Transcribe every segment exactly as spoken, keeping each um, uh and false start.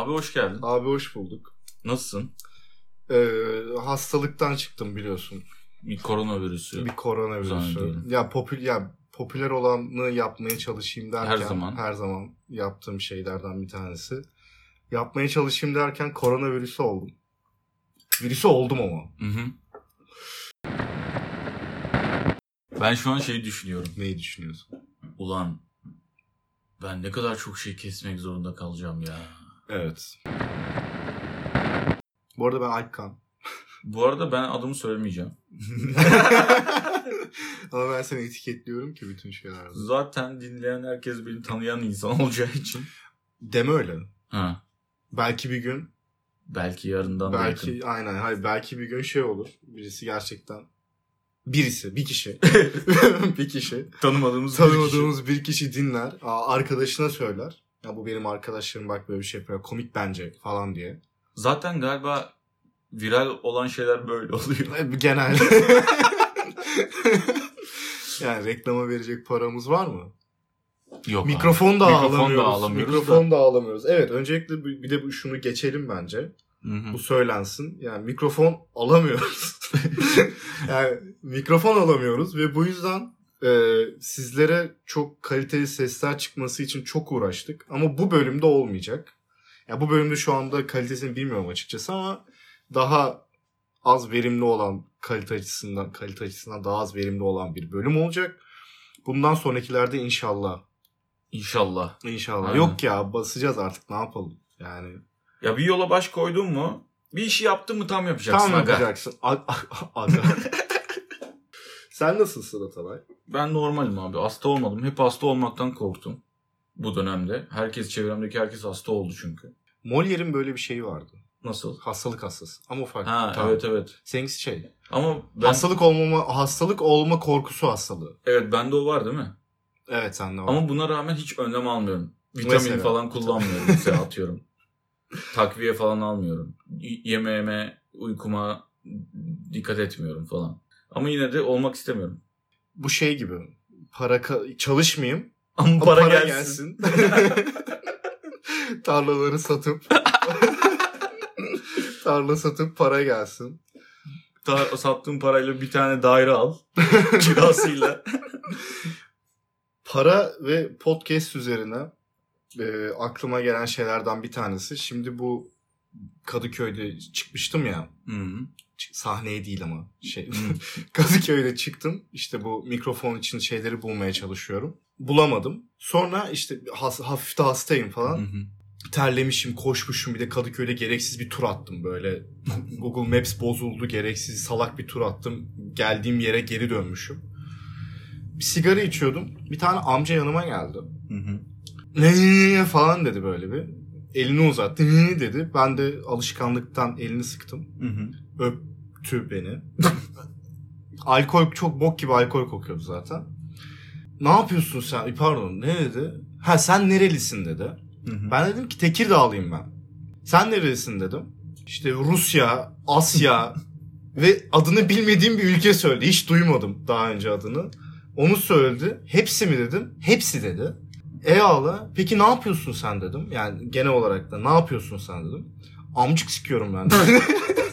Abi hoş geldin. Abi hoş bulduk. Nasılsın? Ee, hastalıktan çıktım biliyorsun. Bir koronavirüsü. Bir koronavirüsü. Ya popül ya popüler olanı yapmaya çalışayım derken her zaman her zaman yaptığım şeylerden bir tanesi. Yapmaya çalışayım derken koronavirüsü oldum. Virüsü oldum ama. Hı hı. Ben şu an şeyi düşünüyorum. Neyi düşünüyorsun? Ulan ben ne kadar çok şey kesmek zorunda kalacağım ya. Evet. Bu arada ben Alpkan. Bu arada ben adımı söylemeyeceğim. Ama ben seni etiketliyorum ki bütün şeylerde. Zaten dinleyen herkes beni tanıyan insan olacağı için. Deme öyle. Ha. Belki bir gün. Belki yarından belki, da yakın. Aynen. Hayır, belki bir gün şey olur. Birisi gerçekten. Birisi. Bir kişi. bir kişi. Tanımadığımız, Tanımadığımız bir kişi. bir kişi dinler. Arkadaşına söyler. Ya bu benim arkadaşlarım bak böyle bir şey yapıyor. Komik bence falan diye. Zaten galiba viral olan şeyler böyle oluyor. Genelde. Yani reklama verecek paramız var mı? Yok. Mikrofon da Mikrofon alamıyoruz. da alamıyoruz. Mikrofon da. da alamıyoruz. Evet, öncelikle bir de şunu geçelim bence. Hı hı. Bu söylensin. Yani mikrofon alamıyoruz. Yani mikrofon alamıyoruz ve bu yüzden e, sizlere çok kaliteli sesler çıkması için çok uğraştık. Ama bu bölümde olmayacak. Yani bu bölümde şu anda kalitesini bilmiyorum açıkçası ama daha az verimli olan kalite açısından kalite açısından daha az verimli olan bir bölüm olacak. Bundan sonrakilerde inşallah. İnşallah. İnşallah. Aynen. Yok ya, basacağız artık, ne yapalım yani. Ya bir yola baş koydun mu, bir işi yaptın mı tam yapacaksın. Tam aga. yapacaksın. Aga. Sen nasılsın Atalay? Ben normalim abi. Hasta olmadım. Hep hasta olmaktan korktum bu dönemde. Herkes, çevremdeki herkes hasta oldu çünkü. Molière'in böyle bir şeyi vardı. Nasıl? Hastalık hastası. Ama farklı. Ha tamam. evet evet. Seninkisi şey. Ama ben... Hastalık olmama, hastalık olma korkusu hastalığı. Evet, bende o var değil mi? Evet, sende var. Ama buna rağmen hiç önlem almıyorum. Vitamin Mesela. falan kullanmıyorum. Mesela atıyorum. Takviye falan almıyorum. Y- yemeğime, uykuma dikkat etmiyorum falan. Ama yine de olmak istemiyorum. Bu şey gibi. Para ka- çalışmayayım. Ama Ama para, para gelsin. gelsin. Tarlaları satıp tarla satıp para gelsin. Ta- sattığın parayla bir tane daire al. Kirasıyla. Para ve podcast üzerine e, aklıma gelen şeylerden bir tanesi. Şimdi bu Kadıköy'de çıkmıştım ya. Hı-hı. Sahneye değil ama şey. Kadıköy'de çıktım. İşte bu mikrofon için şeyleri bulmaya çalışıyorum. Bulamadım. Sonra işte has, hafif de hastayım falan. Hı-hı. Terlemişim, koşmuşum. Bir de Kadıköy'de gereksiz bir tur attım böyle. Google Maps bozuldu. Gereksiz salak bir tur attım. Geldiğim yere geri dönmüşüm. Bir sigara içiyordum. Bir tane amca yanıma geldi. Hı-hı. Ne falan dedi böyle bir. Elini uzattı. Ne dedi. Ben de alışkanlıktan elini sıktım. Hı-hı. Öptü beni. Alkol, çok bok gibi alkol kokuyordu zaten. Ne yapıyorsun sen? Pardon, ne dedi? Ha, sen nerelisin dedi. Hı-hı. Ben dedim ki Tekirdağlıyım ben. Sen nerelisin dedim. İşte Rusya, Asya ve adını bilmediğim bir ülke söyledi. Hiç duymadım daha önce adını. Onu söyledi. Hepsi mi dedim. Hepsi dedi. Eyvallah. Peki ne yapıyorsun sen dedim. Yani genel olarak da ne yapıyorsun sen dedim. Amcık sikiyorum ben dedim.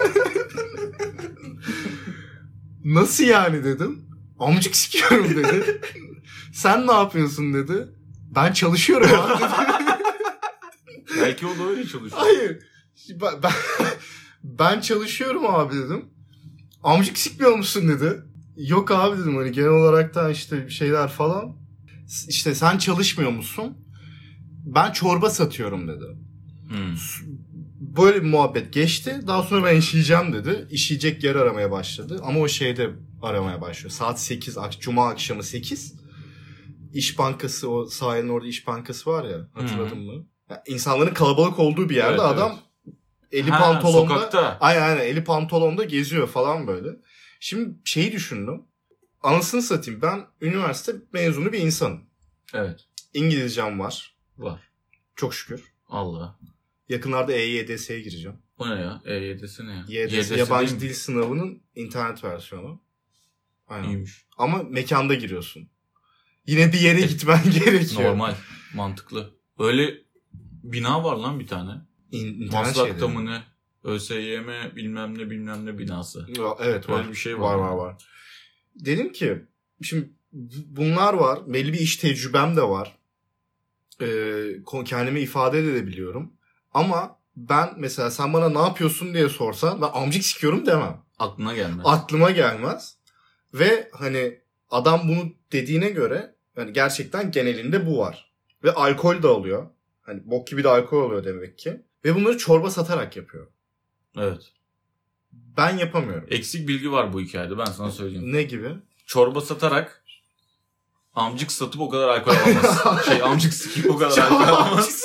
Nasıl yani dedim. Amcık sikiyorum dedi. Sen ne yapıyorsun dedi. Ben çalışıyorum abi dedi. Belki o da öyle çalışıyor. Hayır. Ben, ben, ben çalışıyorum abi dedim. Amcık sikmiyor musun dedi. Yok abi dedim, hani genel olarak da işte bir şeyler falan. İşte sen çalışmıyor musun? Ben çorba satıyorum dedi. Hmm. Böyle bir muhabbet geçti. Daha sonra ben işeyeceğim dedi. İşeyecek yer aramaya başladı. Ama o şeyde aramaya başlıyor. Saat sekiz, Cuma akşamı sekiz. İş Bankası, o sahilin orada İş Bankası var ya, hatırladın hmm. mı? Yani insanların kalabalık olduğu bir yerde evet, adam evet. eli ha, pantolonda. Sokakta. Aynen aynen eli pantolonda geziyor falan böyle. Şimdi şeyi düşündüm. Anasını satayım, ben üniversite mezunu bir insanım. Evet. İngilizcem var. Var. Çok şükür. Allah. Yakınlarda E Y D S'ye gireceğim. O ne ya? E Y D S ne ya? Y D S, yabancı dil sınavının internet versiyonu. Aynen. İyiymiş. Ama mekanda giriyorsun. Yine bir yere gitmen gerekiyor. Normal. Mantıklı. Öyle bina var lan bir tane. İn, Maslak'ta mı ne? ÖSYM bilmem ne bilmem ne binası. Ya, evet var. Öyle bir şey var. Var var var. Dedim ki şimdi bunlar var. Belli bir iş tecrübem de var. Ee, kendimi ifade edebiliyorum. Ama ben mesela sen bana ne yapıyorsun diye sorsan ben amcık sikiyorum demem. Aklına gelmez. Aklıma gelmez. Ve hani adam bunu dediğine göre hani gerçekten genelinde bu var. Ve alkol de alıyor. Hani bok gibi de alkol alıyor demek ki. Ve bunları çorba satarak yapıyor. Evet. Ben yapamıyorum. Eksik bilgi var bu hikayede, ben sana söyleyeyim. Ne gibi? Çorba satarak amcık satıp o kadar alkol alamaz. şey amcık sikip o kadar alkol alamaz.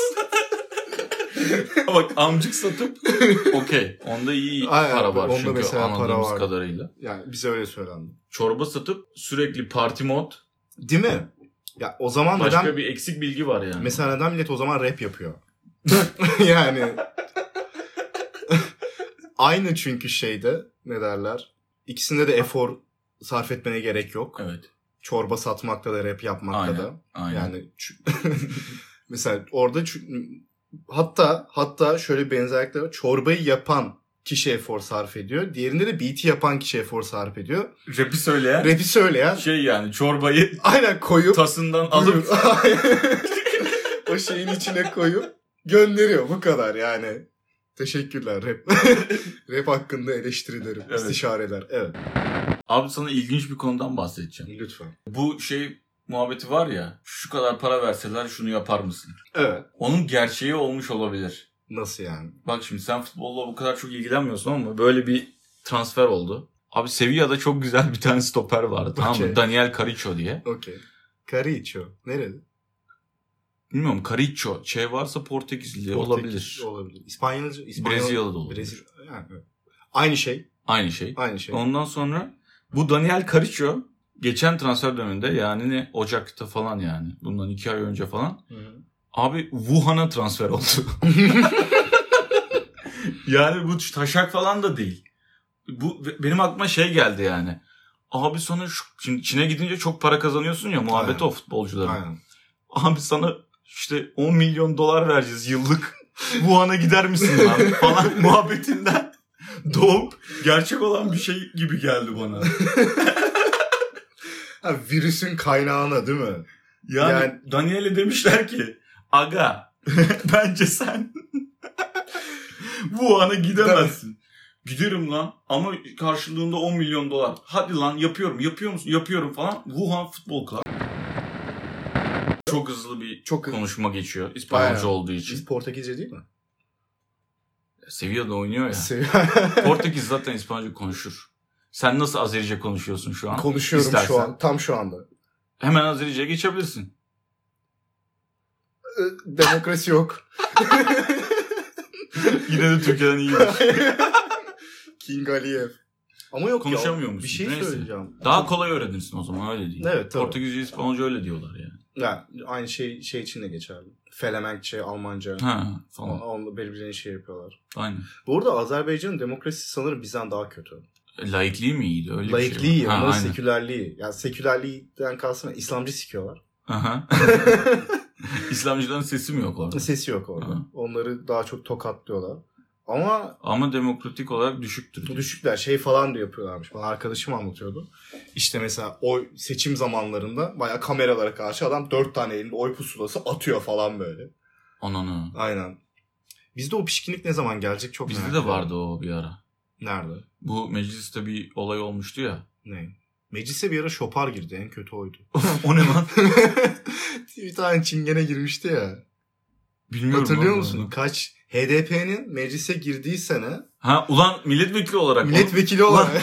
Bak amcık satıp okey. Onda iyi Aynen, para var onda çünkü mesela anladığımız para var. kadarıyla. Yani bize öyle söylendi. Çorba satıp sürekli party mod. Değil mi? Ya o zaman Başka neden... bir eksik bilgi var yani. Mesela neden millet o zaman rap yapıyor? yani... Aynı çünkü şeyde ne derler? İkisinde de efor sarf etmene gerek yok. Evet. Çorba satmakta da rap yapmakta aynen, da. Aynen. Yani mesela orada hatta hatta şöyle bir benzerlikler var. Çorbayı yapan kişi efor sarf ediyor. Diğerinde de beat'i yapan kişi efor sarf ediyor. Rap'i söyleyen. Rap'i söyleyen. Şey yani çorbayı aynen koyup. Tasından alıp. o şeyin içine koyup gönderiyor. Bu kadar yani. Teşekkürler rap. Rap hakkında eleştirilerim, evet. istişareler. Evet. Abi sana ilginç bir konudan bahsedeceğim. Lütfen. Bu şey muhabbeti var ya, şu kadar para verseler şunu yapar mısın? Evet. Onun gerçeği olmuş olabilir. Nasıl yani? Bak şimdi sen futbolla bu kadar çok ilgilenmiyorsun ama böyle bir transfer oldu. Abi Sevilla'da çok güzel bir tane stoper vardı, tamam mı? Okay. Daniel Carriço diye. Okey. Carriço. Nerede? Bilmiyorum. Carriço. Şey varsa Portekizli Portekiz, olabilir. Olabilir. İspanyolca. İspanyol, Brezilyalı da olabilir. Brezilya, yani, evet. Aynı şey. Aynı şey. Aynı şey. Ondan sonra bu Daniel Carriço geçen transfer döneminde yani ne Ocak'ta falan yani. Bundan iki ay önce falan. Hı-hı. Abi Wuhan'a transfer oldu. yani bu taşak falan da değil. Bu benim aklıma şey geldi yani. Abi sana şu, şimdi Çin'e gidince çok para kazanıyorsun ya, muhabbet o futbolcuların. Aynen. Abi sana işte on milyon dolar vereceğiz yıllık. Wuhan'a gider misin lan falan muhabbetinden doğup gerçek olan bir şey gibi geldi bana. Ha, virüsün kaynağına değil mi? Yani, yani... Daniel'e demişler ki aga bence sen Wuhan'a gidemezsin. Giderim lan ama karşılığında on milyon dolar. Hadi lan yapıyorum yapıyor musun? Yapıyorum falan. Wuhan Futbol Club. Çok hızlı bir çok konuşma hızlı. Geçiyor. İspanyolca aynen. Olduğu için. Biz Portekizce değil mi? Sevilla'da oynuyor ya. Portekiz zaten İspanyolca konuşur. Sen nasıl Azerice konuşuyorsun şu an? Konuşuyorum İstersen. Şu an. Tam şu anda. Hemen Azerice'ye geçebilirsin. Demokrasi yok. Yine de Türkiye'den iyidir. King Aliyev. Ama yok konuşamıyor ya. Musun? Bir şey neyse. Söyleyeceğim. Daha kolay öğrenirsin o zaman, öyle değil. Evet tabii. Portekizce, İspanyolca öyle diyorlar yani. Ya aynı şey şey için de geçerli. Felemenkçe, Almanca. Ha falan. Onunla birbirlerine şey yapıyorlar. Aynen. Bu arada Azerbaycan'ın demokrasisi sanırım bizden daha kötü. Laikliği mi iyiydi? Öyle Laikliği, bir şey var. Onların sekülerliği. Yani sekülerliğden kalsın İslamcı sikiyorlar. Aha. İslamcıların sesi mi yok orada? Sesi yok orada. Aha. Onları daha çok tokatlıyorlar. Ama ama demokratik olarak düşüktür. Düşükler şey falan da yapıyorlarmış. Bana arkadaşım anlatıyordu. İşte mesela oy seçim zamanlarında bayağı kameralara karşı adam dört tane elinde oy pusulası atıyor falan böyle. Ananı. Aynen. Bizde o pişkinlik ne zaman gelecek çok bizde de vardı o bir ara. Nerede? Bu mecliste bir olay olmuştu ya. Ne? Meclise bir ara şopar girdi. En kötü oydu. O ne lan? Bir tane çingene girmişti ya. Bilmiyorum. Hatırlıyor musun? Onu. Kaç? H D P'nin meclise girdiği sene. Ha ulan milletvekili olarak. Milletvekili olarak.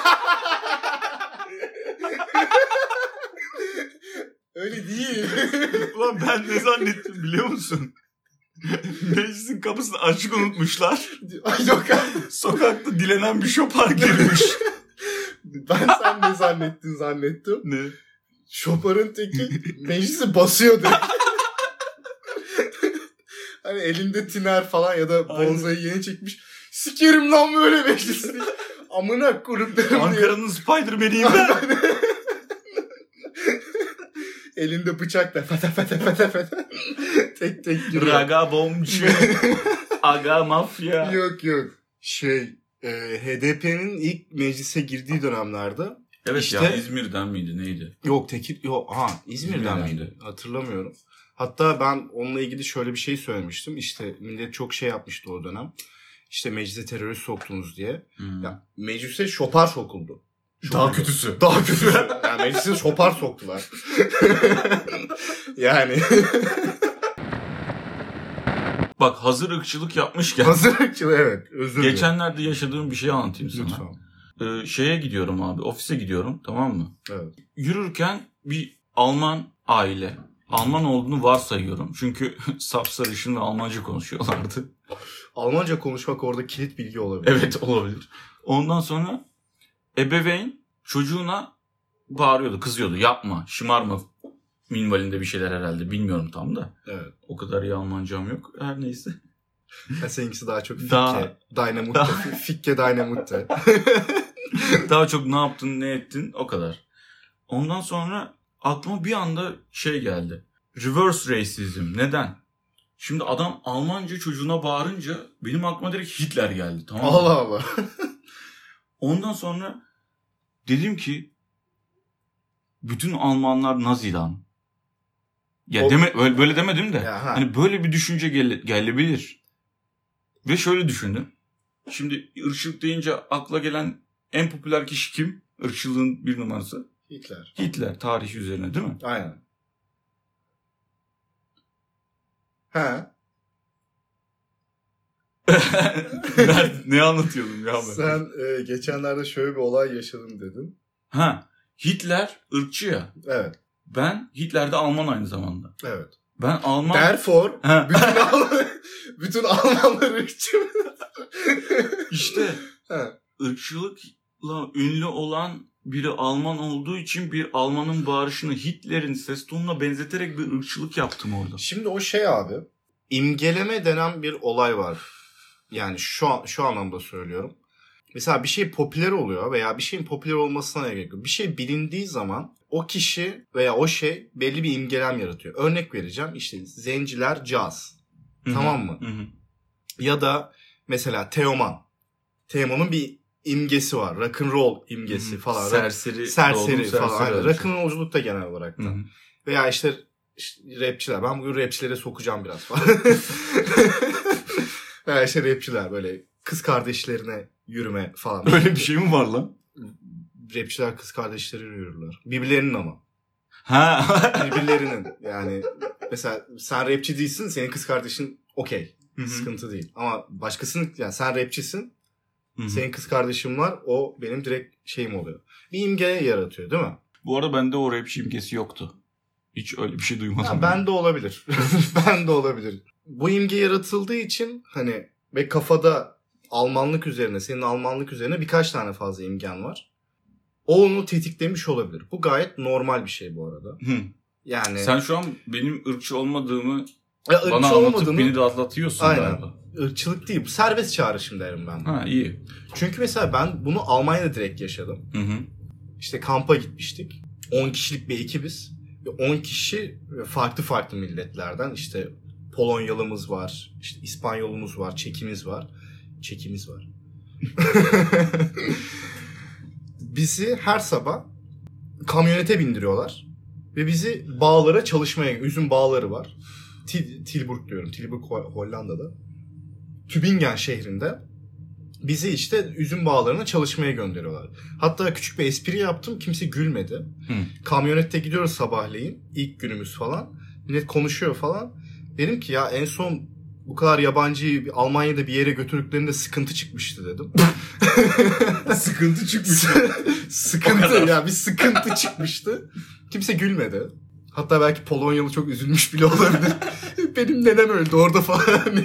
Öyle değil. Ulan ben ne zannettim biliyor musun? Meclisin kapısını açık unutmuşlar. Yok sokakta dilenen bir şopar girmiş. Ben sen ne zannettin zannettim. Ne? Şoparın teki meclisi basıyor direkt. Hani elinde tiner falan ya da bonzayı yeni çekmiş. Sikerim lan böyle meclisi. Amına kuruklarım. Ankara'nın Spider-Man'iyim ben. Elinde bıçakla fete fete fete fete. Tek tek giriyor. Raga bombçu. Aga mafya. Yok yok. Şey e, H D P'nin ilk meclise girdiği dönemlerde. Evet işte, ya İzmir'den miydi neydi? Yok Tekir yok ha İzmir'den, İzmir'den miydi? Hatırlamıyorum. Hatta ben onunla ilgili şöyle bir şey söylemiştim. İşte millet çok şey yapmıştı o dönem. İşte meclise terörist soktunuz diye. Hmm. Ya meclise şopar sokuldu. Şopar. Daha kötüsü. Daha kötüsü. Yani meclise şopar soktular. Yani. Bak hazır ırkçılık yapmışken. Hazır ırkçılık evet. Özür dilerim. Geçenlerde yaşadığım bir şey anlatayım sana. Lütfen. Ee, şeye gidiyorum abi. Ofise gidiyorum, tamam mı? Evet. Yürürken bir Alman aile. Alman olduğunu varsayıyorum. Çünkü sapsarışın ve Almanca konuşuyorlardı. Almanca konuşmak orada kilit bilgi olabilir. Evet olabilir. Ondan sonra ebeveyn çocuğuna bağırıyordu, kızıyordu. Yapma, şımarma minvalinde bir şeyler herhalde. Bilmiyorum tam da. Evet. O kadar iyi Almancam yok. Her neyse. Ya seninkisi daha çok Fikke, daha... Dynamut'te. Fikke Dynamut'te. Daha çok ne yaptın, ne ettin o kadar. Ondan sonra aklıma bir anda şey geldi. Reverse racism. Neden? Şimdi adam Almanca çocuğuna bağırınca benim aklıma direkt Hitler geldi. Tamam mı? Allah Allah. Ondan sonra dedim ki bütün Almanlar Nazi lan. Ya o... deme böyle, böyle demedim de. Ya, hani böyle bir düşünce gele, gelebilir. Ve şöyle düşündüm. Şimdi ırkçılık deyince akla gelen en popüler kişi kim? Irkçılığın bir numarası. Hitler. Hitler tarihi üzerine değil mi? Aynen. He. ne, ne anlatıyordum ya ben? Sen e, geçenlerde şöyle bir olay yaşadım dedin. Ha, Hitler ırkçı ya. Evet. Ben Hitler de Alman aynı zamanda. Evet. Ben Alman. Therefore bütün Alman bütün Almanlar ırkçı. İşte ırkçılıkla ünlü olan biri Alman olduğu için bir Almanın bağırışını Hitler'in ses tonuna benzeterek bir ırkçılık yaptım orada. Şimdi o şey abi, imgeleme denen bir olay var. Yani şu şu anlamda söylüyorum. Mesela bir şey popüler oluyor veya bir şeyin popüler olmasına gerek yok. Bir şey bilindiği zaman o kişi veya o şey belli bir imgelem yaratıyor. Örnek vereceğim, işte zenciler caz. Hı-hı. Tamam mı? Hı-hı. Ya da mesela Teoman. Teoman'ın bir imgesi var. Rock'n'roll imgesi Hı-hı. falan. Serseri. Serseri falan. Rock'n'rollculuk da genel olarak da. Hı-hı. Veya işte, işte rapçiler. Ben bugün rapçilere sokacağım biraz falan. Veya işte rapçiler böyle kız kardeşlerine yürüme falan. Öyle bir şey mi var lan? Rapçiler kız kardeşleriyle yürürler. Birbirlerinin ama. Ha. Birbirlerinin. Yani mesela sen rapçi değilsin, senin kız kardeşin okey. Sıkıntı değil. Ama başkasının, yani sen rapçisin. Hı-hı. Senin kız kardeşin var. O benim direkt şeyim oluyor. Bir imge yaratıyor değil mi? Bu arada bende o rapçi imgesi yoktu. Hiç öyle bir şey duymadım. Ya, ben de olabilir. ben de olabilir. Bu imge yaratıldığı için hani ve kafada Almanlık üzerine, senin Almanlık üzerine birkaç tane fazla imgen var. O onu tetiklemiş olabilir. Bu gayet normal bir şey bu arada. Hı. Yani sen şu an benim ırkçı olmadığımı ya, ırkçı bana anlatıp beni rahatlatıyorsun aynen. Galiba. Irkçılık değil. Bu serbest çağrışım derim ben. Ha iyi. Çünkü mesela ben bunu Almanya'da direkt yaşadım. Hı hı. İşte kampa gitmiştik. on kişilik bir ekibiz. on kişi farklı farklı milletlerden. İşte Polonyalımız var. İşte İspanyolumuz var. Çekimiz var. Çekimiz var. Bizi her sabah kamyonete bindiriyorlar. Ve bizi bağlara çalışmaya, üzüm bağları var. Til, Tilburg diyorum. Tilburg Hollanda'da. Tübingen şehrinde bizi işte üzüm bağlarına çalışmaya gönderiyorlar. Hatta küçük bir espri yaptım. Kimse gülmedi. Hı. Kamyonette gidiyoruz sabahleyin. İlk günümüz falan. Millet konuşuyor falan. Dedim ki ya en son bu kadar yabancıyı Almanya'da bir yere götürdüklerinde sıkıntı çıkmıştı dedim. Sıkıntı çıkmıştı. Sıkıntı ya bir sıkıntı çıkmıştı. Kimse gülmedi. Hatta belki Polonyalı çok üzülmüş bile olabilir. Benim nenem öldü orada falan.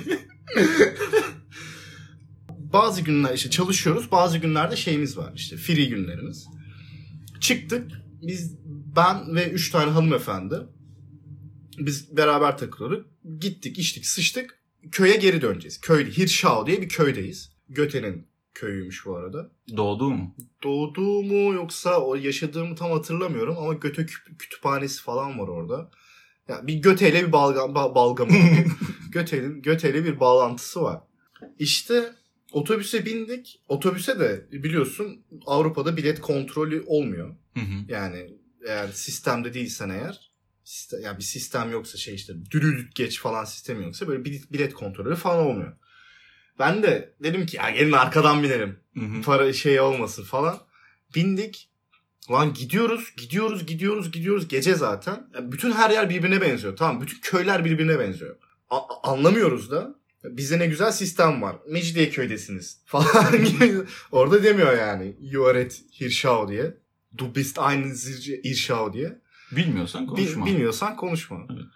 Bazı günler işte çalışıyoruz. Bazı günlerde şeyimiz var işte free günlerimiz. Çıktık. Biz ben ve üç tane hanımefendi. Biz beraber takılıyorduk. Gittik, içtik, sıçtık. Köye geri döneceğiz. Köyde Hirschau diye bir köydeyiz. Göte'nin köyüymüş bu arada. Doğdu mu? Doğdu mu yoksa o yaşadığımı tam hatırlamıyorum ama Göte kütüphanesi falan var orada. Ya bir Göte'yle bir balgam ba- balgamı. Göte'nin Göte'yle bir bağlantısı var. İşte otobüse bindik. Otobüse de biliyorsun Avrupa'da bilet kontrolü olmuyor. Hı hı. Yani eğer sistemde değilsen eğer, sistem, yani bir sistem yoksa şey işte dürülük geç falan sistemi yoksa böyle bilet, bilet kontrolü falan olmuyor. Ben de dedim ki ya gelin arkadan binelim. Hı hı. Para şey olmasın falan. Bindik. Lan gidiyoruz, gidiyoruz, gidiyoruz, gidiyoruz. Gece zaten. Yani bütün her yer birbirine benziyor. Tamam, bütün köyler birbirine benziyor. A- anlamıyoruz da. Bize ne güzel sistem var. Mecidiyeköy'desiniz falan gibi. Orada demiyor yani. You are at Hirschau diye. Du bist ein Hirschau diye. Bilmiyorsan konuşma. Bil- bilmiyorsan konuşma.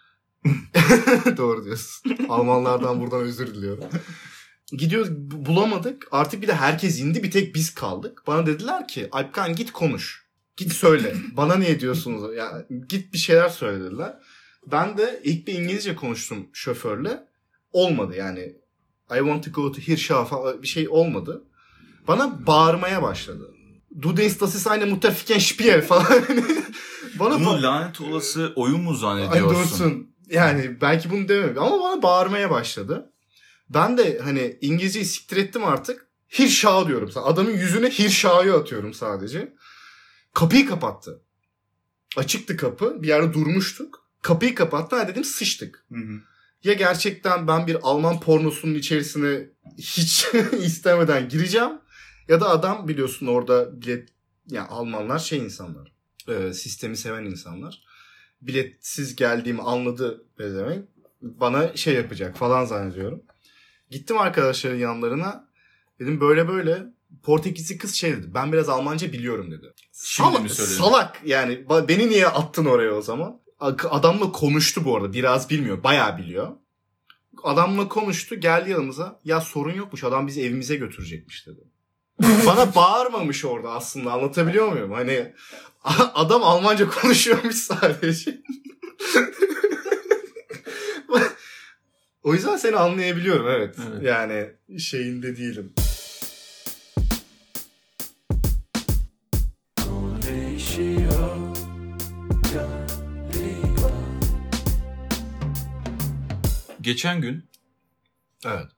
Evet. Doğru diyorsun. Almanlardan buradan özür diliyorum. Gidiyoruz, bulamadık. Artık bir de herkes indi, bir tek biz kaldık. Bana dediler ki Alpkan git konuş. Git söyle. Bana niye diyorsunuz? Ya, git bir şeyler söyle dediler. Ben de ilk bir İngilizce konuştum şoförle. Olmadı yani. I want to go to Hirschau falan bir şey olmadı. Bana bağırmaya başladı. Du denkst das ist eine Mutterficken Spiel falan. Bana Bunu ba- lanet olası oyun mu Ay zannediyorsun? dursun. Yani belki bunu demem ama bana bağırmaya başladı. Ben de hani İngilizceyi siktir ettim artık. Hirschau diyorum. Adamın yüzüne Hirschau'yu atıyorum sadece. Kapıyı kapattı. Açıktı kapı. Bir yerde durmuştuk. Kapıyı kapattı. Ha dedim sıçtık. Hı hı. Ya gerçekten ben bir Alman pornosunun içerisine hiç istemeden gireceğim. Ya da adam biliyorsun orada bilet... Yani Almanlar şey insanlar. E, sistemi seven insanlar. Biletsiz geldiğimi anladı demek. Bana şey yapacak falan zannediyorum. Gittim arkadaşların yanlarına. Dedim böyle böyle. Portekizli kız şey dedi. Ben biraz Almanca biliyorum dedi. Şimdi Sal- mi söyledin? salak yani. Beni niye attın oraya o zaman? Adamla konuştu bu arada. Biraz bilmiyor. Bayağı biliyor. Adamla konuştu. Geldi yanımıza. Ya sorun yokmuş. Adam bizi evimize götürecekmiş dedi. Bana bağırmamış orada aslında. Anlatabiliyor muyum? Hani adam Almanca konuşuyormuş sadece. O yüzden seni anlayabiliyorum evet. Evet. Yani şeyinde değilim. Geçen gün Evet.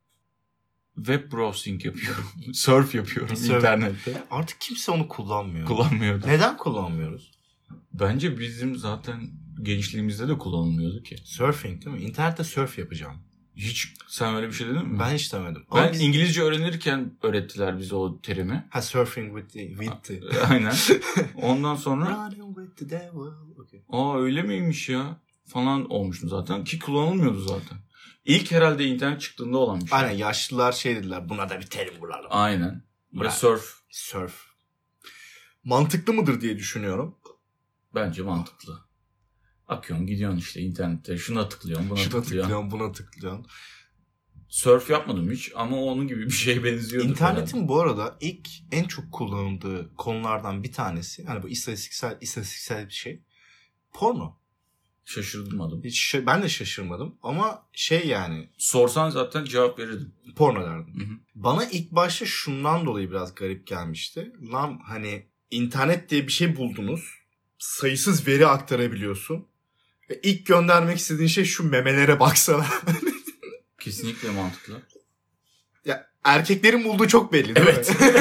web browsing yapıyorum. Surf yapıyorum Surf. internette. Artık kimse onu kullanmıyor. Kullanmıyordum. Neden kullanmıyoruz? Bence bizim zaten gençliğimizde de kullanılmıyordu ki. Surfing değil mi? İnternette surf yapacağım. Hiç sen öyle bir şey dedin mi? Ben hiç demedim. Ben Ama biz... İngilizce öğrenirken öğrettiler bize o terimi. Ha surfing with the... With the... Aynen. Ondan sonra Running with the devil. Okay. aa öyle miymiş ya falan olmuştum zaten ki kullanılmıyordu zaten. İlk herhalde internet çıktığında olan bir şey. Aynen yaşlılar şey dediler. Buna da bir terim bulalım. Aynen. Ve Yani. surf Surf. Mantıklı mıdır diye düşünüyorum. bence mantıklı. Akıyorsun gidiyorsun işte internette şuna tıklıyorsun buna Şuna tıklıyorsun. tıklıyorsun, buna tıklıyorsun. Surf yapmadım hiç ama onun gibi bir şeye benziyordu. İnternetin herhalde. bu arada ilk en çok kullanıldığı konulardan bir tanesi, hani bu istatistiksel istatistiksel bir şey. Porno. Şaşırmadım. Hiç şey, ben de şaşırmadım ama şey yani Sorsan zaten cevap verirdim. porno derdim. Hı hı. Bana ilk başta şundan dolayı biraz garip gelmişti. Lan hani internet diye bir şey buldunuz. Sayısız veri aktarabiliyorsun. Ve ilk göndermek istediğin şey şu memelere baksana. Kesinlikle mantıklı. Ya erkeklerin bulduğu çok belli değil Evet. mi?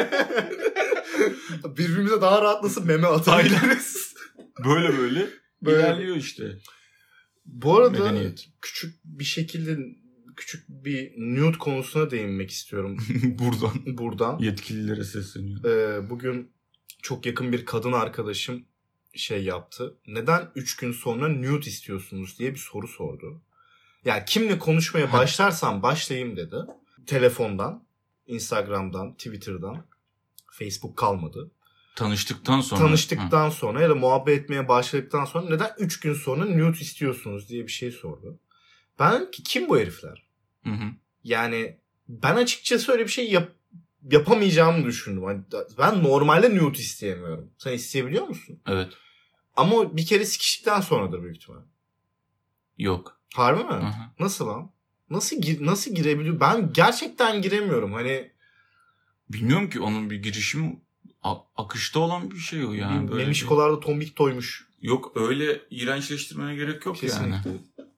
Birbirimize daha rahat nasıl meme atabiliriz? Böyle böyle, Böyle. ilerliyor işte. Bu arada Medeniyet. küçük bir şekilde küçük bir nude konusuna değinmek istiyorum Buradan buradan. yetkililere sesleniyor. Ee, bugün çok yakın bir kadın arkadaşım şey yaptı. Neden üç gün sonra nude istiyorsunuz diye bir soru sordu. Yani kimle konuşmaya başlarsam başlayayım dedi. Telefondan, Instagram'dan, Twitter'dan, Facebook kalmadı. Tanıştıktan sonra. Tanıştıktan sonra ya da muhabbet etmeye başladıktan sonra neden üç gün sonra nude istiyorsunuz diye bir şey sordu. Ben dedim ki kim bu herifler? Hı hı. Yani ben açıkçası öyle bir şey yap yapamayacağımı düşündüm. Hani ben normalde nude isteyemiyorum. Sen isteyebiliyor musun? Evet. Ama bir kere sikiştikten sonradır büyük ihtimal. Yok. Harbi mi? Hı hı. Nasıl lan? Nasıl gir nasıl girebiliyor? Ben gerçekten giremiyorum. Hani Bilmiyorum ki onun bir girişim a- akışta olan bir şey o yani. bir Böyle memişkolarda tombik toymuş. bir... Yok öyle iğrençleştirmene gerek yok Kesinlikle. yani.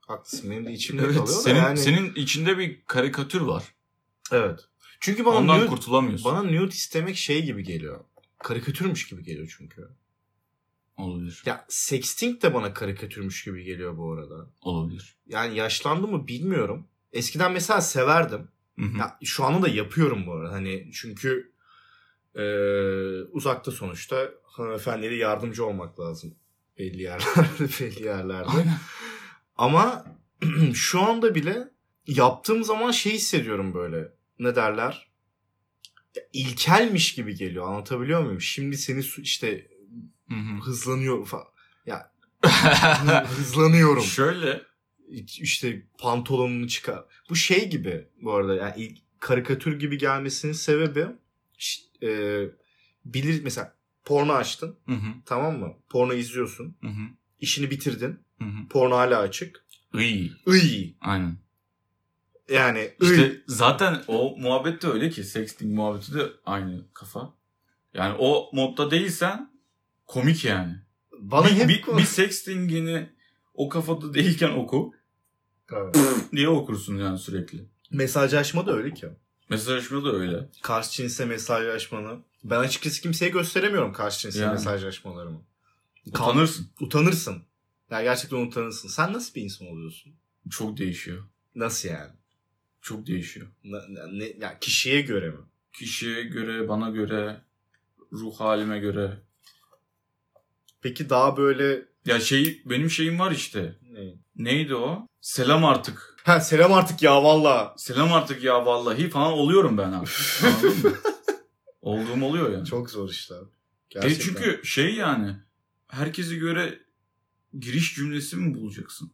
Haklısın. Benim de içimde Evet, kalıyor senin, da yani. Senin içinde bir karikatür var. Evet. Çünkü bana ondan nude, kurtulamıyorsun. Bana nude istemek şey gibi geliyor. Karikatürmüş gibi geliyor çünkü. Olabilir. Ya sexting de bana karikatürmüş gibi geliyor bu arada. Olabilir. Yani yaşlandı mı bilmiyorum. Eskiden mesela severdim. Hı-hı. Ya şu anda da yapıyorum bu arada. Hani çünkü e, uzakta sonuçta hanımefendiye yardımcı olmak lazım. Belli yerlerde, belli yerlerde. Aynen. Ama şu anda bile yaptığım zaman şey hissediyorum böyle. Ne derler? Ya, ilkelmiş gibi geliyor. Anlatabiliyor muyum? Şimdi seni işte Hı-hı. hızlanıyorum falan. Ya hızlanıyorum. Şöyle. İşte pantolonunu çıkar. Bu şey gibi bu arada. Yani ilk karikatür gibi gelmesinin sebebi e, bilir mesela porno açtın. Hı-hı. Tamam mı? Porno izliyorsun. Hı-hı. İşini bitirdin. Hı-hı. Porno hala açık. İyi. İyi. Aynen. Yani İşte ıy. zaten o muhabbet de öyle ki, sexting muhabbeti de aynı kafa. Yani o modda değilsen komik yani. Bana bir, hep bir, bir sextingini o kafada değilken oku. Evet. diye okursun yani sürekli. Mesajlaşma da öyle ki. Mesajlaşma da öyle. Karşı cinse mesajlaşmanı. Ben açıkçası kimseye gösteremiyorum karşı cinse yani. mesajlaşmalarımı. Utanırsın. Utanırsın. Ya gerçekten utanırsın. Sen nasıl bir insan oluyorsun? Çok değişiyor. Nasıl yani? Çok değişiyor. Ne, ne, ya kişiye göre mi? Kişiye göre, bana göre, ruh halime göre. Peki daha böyle... Ya şey, benim şeyim var işte. Ne? Neydi o? Selam artık. Ha selam artık ya valla. Selam artık ya vallahi falan oluyorum ben abi. Anladın mı? Olduğum oluyor yani. Çok zor işler. E çünkü şey yani, herkese göre giriş cümlesi mi bulacaksın?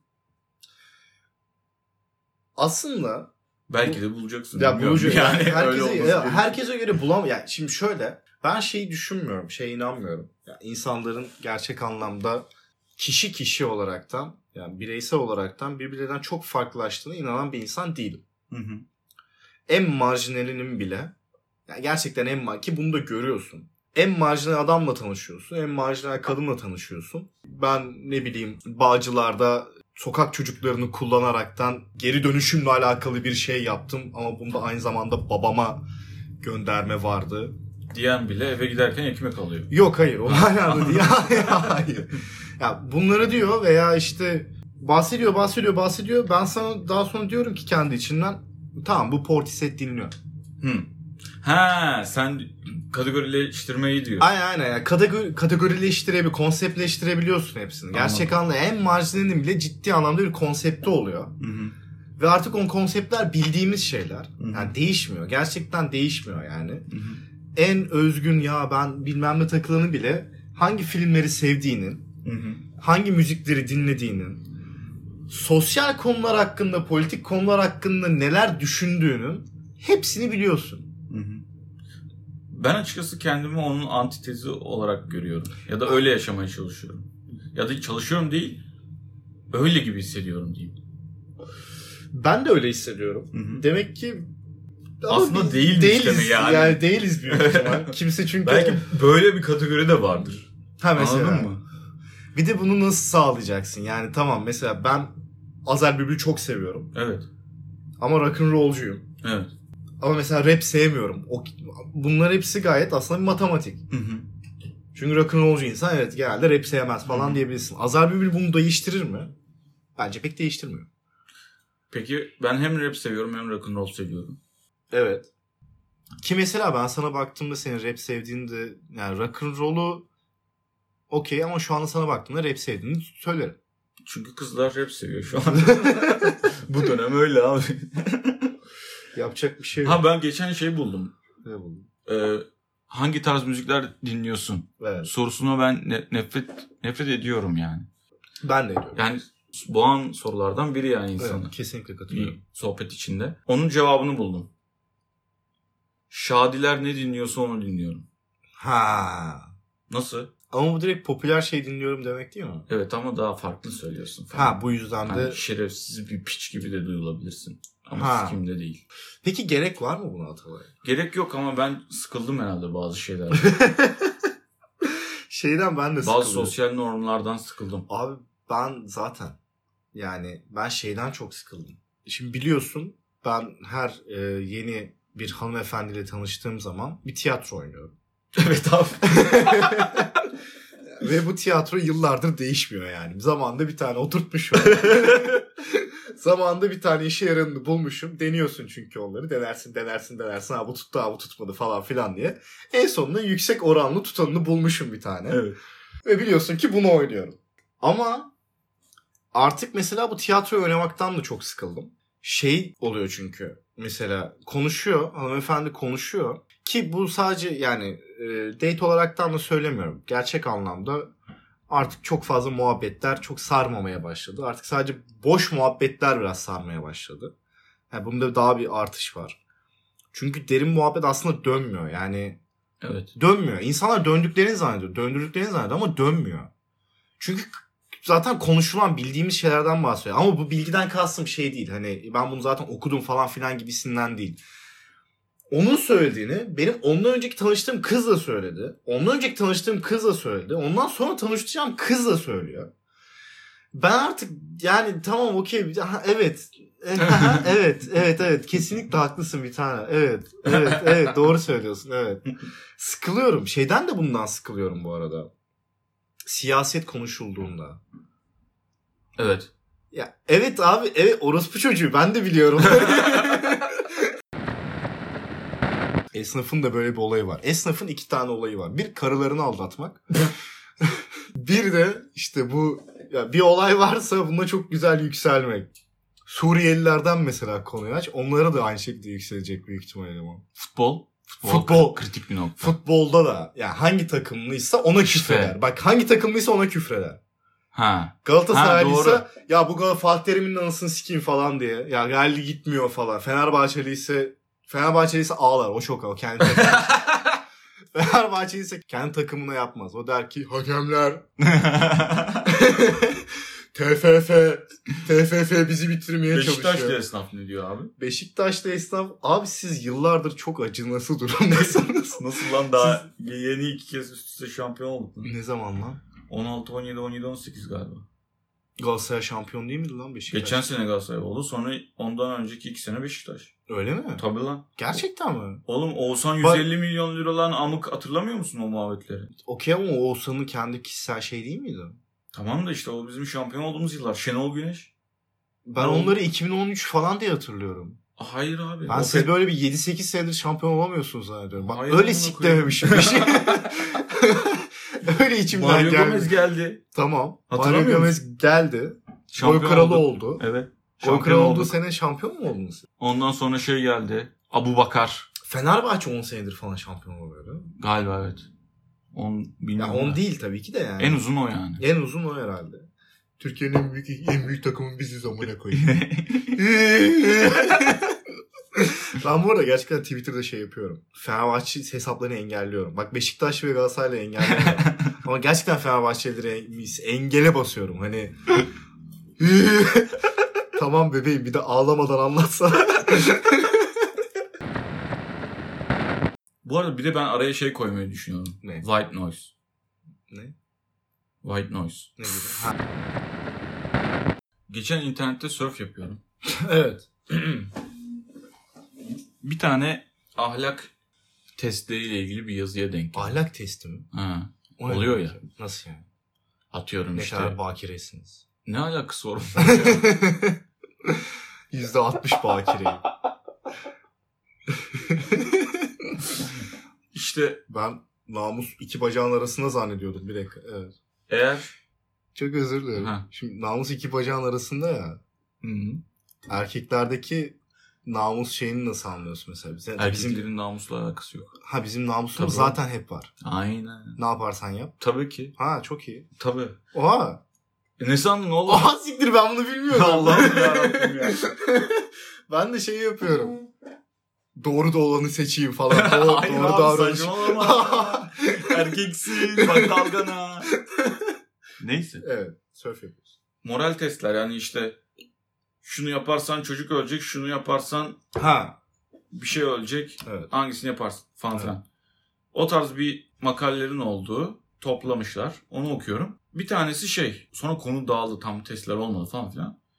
Aslında belki de bulacaksın. Ya bulucu yani, yani herkese, ya, herkese göre bulam. Yani şimdi şöyle, ben şeyi düşünmüyorum, şeye inanmıyorum. Yani insanların gerçek anlamda kişi kişi olaraktan, yani bireysel olaraktan birbirlerinden çok farklılaştığına inanan bir insan değilim. Hı hı. En marjinalinin bile, yani gerçekten en mar ki bunu da görüyorsun. En marjinal adamla tanışıyorsun, en marjinal kadınla tanışıyorsun. Ben ne bileyim Bağcılar'da sokak çocuklarını kullanaraktan geri dönüşümle alakalı bir şey yaptım ama bunda aynı zamanda babama gönderme vardı diyen bile eve giderken ekmek alıyor. Yok hayır o manada değil. Hayır. Ya bunları diyor veya işte bahsediyor bahsediyor bahsediyor. Ben sana daha sonra diyorum ki kendi içinden tamam bu Portishead dinliyor. Hı. Ha sen kategorileştirmeyi diyor. Aynen aynen. Yani kategori, kategorileştirebil, konseptleştirebiliyorsun hepsini. Anladım. Gerçek anlamda en marjinalinin bile ciddi anlamda bir konsepti oluyor. Hı hı. Ve artık o konseptler bildiğimiz şeyler. Hı hı. Yani değişmiyor. Gerçekten değişmiyor yani. Hı hı. En özgün ya ben bilmem ne takılanı bile hangi filmleri sevdiğinin, hı hı. hangi müzikleri dinlediğinin, sosyal konular hakkında, politik konular hakkında neler düşündüğünün hepsini biliyorsun. Hı hı. Ben açıkçası kendimi onun antitezi olarak görüyorum. Ya da öyle yaşamaya çalışıyorum. Ya da çalışıyorum değil, öyle gibi hissediyorum diyeyim. Ben de öyle hissediyorum. Hı hı. Demek ki aslında değilmiş değiliz demek yani. Yani değiliz büyük ihtimal. Kimse çünkü... Belki böyle bir kategori de vardır. Ha mesela. Anladın mı? Bir de bunu nasıl sağlayacaksın? Yani tamam mesela ben Azer Bülbül'ü çok seviyorum. Evet. Ama rock'n'rollcuyum. Evet. Ama mesela rap sevmiyorum. O, bunlar hepsi gayet aslında bir matematik. Hı hı. Çünkü rock'n'rollcu insan evet genelde rap sevmez falan hı. diyebilirsin. Azer Bülbül bunu değiştirir mi? Bence pek değiştirmiyor. Peki ben hem rap seviyorum hem rock'n'roll seviyorum. Evet. Ki mesela ben sana baktığımda senin rap sevdiğinde yani rock'n'roll'u okey ama şu anda sana baktığımda rap sevdiğini söylerim. Çünkü kızlar rap seviyor şu an. Bu dönem öyle abi. Yapacak bir şey yok. Ha ben geçen şey buldum. Ne buldun? Ee, hangi tarz müzikler dinliyorsun? Evet. Sorusuna ben ne- nefret nefret ediyorum yani. Ben de ediyorum. Yani boğan sorulardan biri yani insanı. Evet, kesinlikle katılıyorum. Bir sohbet içinde. Onun cevabını buldum. Şadiler ne dinliyorsa onu dinliyorum. Ha. Nasıl? Ama bu direkt popüler şey dinliyorum demek değil mi? Evet ama daha farklı söylüyorsun falan. Ha bu yüzden de. Yani şerefsiz bir piç gibi de duyulabilirsin. Ama ha. sikimde değil. Peki gerek var mı buna Atalay? Gerek yok ama ben sıkıldım herhalde bazı şeylerden. Şeyden ben de sıkıldım. Bazı sosyal normlardan sıkıldım. Abi ben zaten Yani ben şeyden çok sıkıldım. Şimdi biliyorsun ben her e, yeni bir hanımefendiyle tanıştığım zaman bir tiyatro oynuyorum. Evet abi. Ve bu tiyatro yıllardır değişmiyor yani. Zamanında bir tane oturtmuşum. Zamanında bir tane işe yaranını bulmuşum. Deniyorsun çünkü onları. Denersin, denersin, denersin. Ha bu tuttu, ha bu tutmadı falan filan diye. En sonunda yüksek oranlı tutanını bulmuşum bir tane. Evet. Ve biliyorsun ki bunu oynuyorum. Ama artık mesela bu tiyatroyu oynamaktan da çok sıkıldım. Şey oluyor çünkü. Mesela konuşuyor, hanımefendi konuşuyor. Ki bu sadece yani e, date olaraktan da söylemiyorum. Gerçek anlamda artık çok fazla muhabbetler çok sarmamaya başladı. Artık sadece boş muhabbetler biraz sarmaya başladı. Yani bunda daha bir artış var. Çünkü derin muhabbet aslında dönmüyor. Yani evet. Dönmüyor. İnsanlar döndüklerini zannediyor. Döndürdüklerini zannediyor ama dönmüyor. Çünkü zaten konuşulan bildiğimiz şeylerden bahsediyor. Ama bu bilgiden kastım şey değil. Hani ben bunu zaten okudum falan filan gibisinden değil. Onun söylediğini benim ondan önceki tanıştığım kız da söyledi. Ondan önceki tanıştığım kız da söyledi. Ondan sonra tanışacağım kız da söylüyor. Ben artık yani tamam okey. Evet. evet. Evet. Evet. Kesinlikle haklısın bir tane. Evet. Evet. Evet. Doğru söylüyorsun. Evet. Sıkılıyorum. Şeyden de bundan sıkılıyorum bu arada. Siyaset konuşulduğunda. Evet. Ya evet abi. Evet orospu çocuğu. Ben de biliyorum. Esnafın da böyle bir olayı var. Esnafın iki tane olayı var. Bir karılarını aldatmak. Bir de işte bu ya bir olay varsa buna çok güzel yükselmek. Suriyelilerden mesela konuyu aç. Onlara da aynı şekilde yükselecek büyük ihtimalle bu. Futbol. Futbol. Futbol. Kritik bir nokta. Futbolda da yani hangi takımlıysa ona küfreder. Bak hangi takımlıysa ona küfreder. Ha. Galatasaraylıysa ya bu Gal Fatih Terim'in anasını sikeyim falan diye. Ya Galli gitmiyor falan. Fenerbahçeli ise Fenerbahçeli ise ağlar. O çok ağlar. Kendi takımına. Fenerbahçeli ise kendi takımına yapmaz. O der ki hakemler T F F T F F bizi bitirmeye Beşiktaşlı çalışıyor. Beşiktaşlı esnaf ne diyor abi? Beşiktaşlı esnaf abi siz yıllardır çok acınası durumdasınız. Nasıl lan daha siz... yeni iki kez üst üste şampiyon olduk lan. Ne zaman lan? on altı on yedi on yedi on sekiz galiba. Galatasaray şampiyon değil miydi lan Beşiktaş? Geçen sene Galatasaray oldu. Sonra ondan önceki iki sene Beşiktaş. Öyle mi? Tabii lan. Gerçekten mi? Oğlum Oğuzhan yüz elli Bak... milyon liradan amık hatırlamıyor musun o muhabbetleri? Okey ama Oğuzhan'ın kendi kişisel şey değil miydi? Tamam da işte o bizim şampiyon olduğumuz yıllar. Şenol Güneş. Ben o... onları iki bin on üç falan diye hatırlıyorum. Hayır abi. Ben o siz pek... böyle bir yedi sekiz senedir şampiyon olamıyorsunuz zannediyorum. Bak Hayır, öyle siklememişim bir şey. Öyle içimden Mario geldi. Mario Gomez geldi. Tamam. Mario Gomez geldi. Şampiyon Gol kralı oldu. oldu. Evet. Gol kralı olduğu sene şampiyon mu oldunuz? Ondan sonra şey geldi. Abu Bakar. Fenerbahçe on senedir falan şampiyon oluyor. Galiba evet. on bilmiyorum. Ya on değil tabii ki de yani. En uzun o yani. En uzun o herhalde. Türkiye'nin en büyük en büyük takımın biziz amına koyayım. Ben bu arada gerçekten Twitter'da şey yapıyorum. Fenerbahçe hesaplarını engelliyorum. Bak Beşiktaş ve Galatasaray'la engelliyorum. Ama gerçekten Fenerbahçelileri engele basıyorum. Hani tamam bebeğim bir de ağlamadan anlatsana. Bu arada bir de ben araya şey koymayı düşünüyorum. Ne? White noise. Ne? White noise. Ne gibi? Ha. Geçen internette surf yapıyorum. Evet. Bir tane ahlak testleriyle ilgili bir yazıya denk geldim. Ahlak testi mi? Ha. O oluyor ya. Nasıl yani? Atıyorum ne işte. Ne kadar bakiresiniz? Ne alakası var? yüzde altmış bakireyim. İşte ben namus iki bacağın arasında zannediyordum bir dakika. Evet. Eğer çok özür dilerim. Ha. Şimdi namus iki bacağın arasında ya. Hı-hı. Erkeklerdeki namus şeyini nasıl anlıyorsun mesela? Bize, erkeklerin bizim... namusla alakası yok. Ha bizim namusumuz Tabii. zaten hep var. Aynen. Ne yaparsan yap. Tabii ki. Ha çok iyi. Tabii. Oha. E ne sandın oğlum? Oha siktir ben bunu bilmiyordum. Allah'ım yarabbim ya. Ben de şey yapıyorum. Doğru da olanı seçeyim falan. Doğru, Hayır doğru abi davranış. saçmalama. Erkeksin bak dalgana. Neyse. Evet surf yapıyoruz. Moral testler yani işte şunu yaparsan çocuk ölecek, şunu yaparsan ha bir şey ölecek. Evet. Hangisini yaparsın falan evet. filan. O tarz bir makalelerin olduğu toplamışlar. Onu okuyorum. Bir tanesi şey sonra konu dağıldı tam testler olmadı falan filan.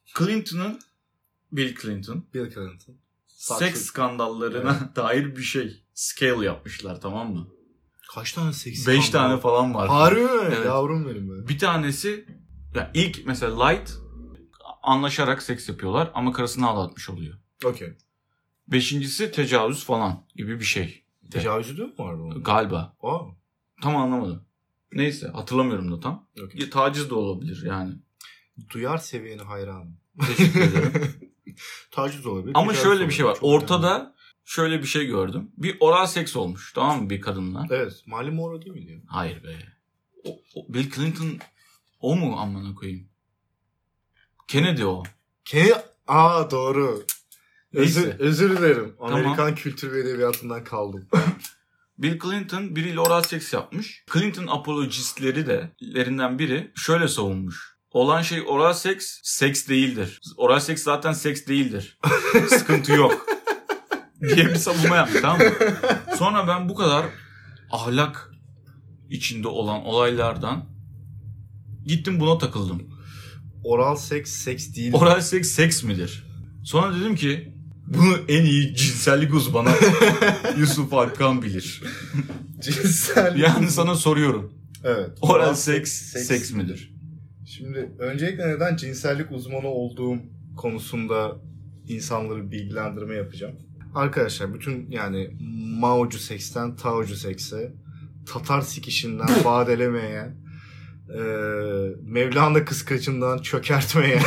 Clinton'ın Bill Clinton Bill Clinton. seks skandallarına evet. dair bir şey. Scale yapmışlar, tamam mı? Kaç tane seks Beş skandal? tane falan var. Harbi mi? Evet. Yavrum benim böyle. Bir tanesi ya ilk mesela Light anlaşarak seks yapıyorlar ama karısını aldatmış oluyor. Okey. Beşincisi tecavüz falan gibi bir şey. Tecavüzü de mi vardı onun? Galiba. Aa. Tam anlamadım. Neyse, hatırlamıyorum da tam. Okay. Taciz de olabilir yani. Duyar seviyene hayranım. Teşekkür ederim. Taciz olabilir. Ama şöyle bir şey var. Ortada önemli. Şöyle bir şey gördüm. Bir oral seks olmuş, tamam mı, bir kadınla? Evet. Marilyn Monroe değil miydi? Hayır be. O, o Bill Clinton o mu amına koyayım? Kennedy o. Kennedy? Aa doğru. Özür, özür dilerim. Amerikan tamam. Kültür ve edebiyatından kaldım. Bill Clinton biriyle oral seks yapmış. Clinton apologistleri de lerinden biri şöyle savunmuş. Olan şey oral seks, seks değildir. Oral seks zaten seks değildir. Sıkıntı yok. diye bir savunma yaptı, tamam mı? Sonra ben bu kadar ahlak içinde olan olaylardan gittim buna takıldım. Oral seks seks değil. Oral seks seks midir? Sonra dedim ki bunu en iyi cinsellik uzmanı Yusuf Alkan bilir. Cinsellik Yani uzmanı. Sana soruyorum. Evet. Oral, oral seks, seks seks midir? Şimdi öncelikle neden cinsellik uzmanı olduğum konusunda insanları bilgilendirme yapacağım. Arkadaşlar bütün yani Mao'cu seksten Tao'cu sekse, Tatar sikişinden vadelemeye, e, Mevlana kıskaçından çökertmeye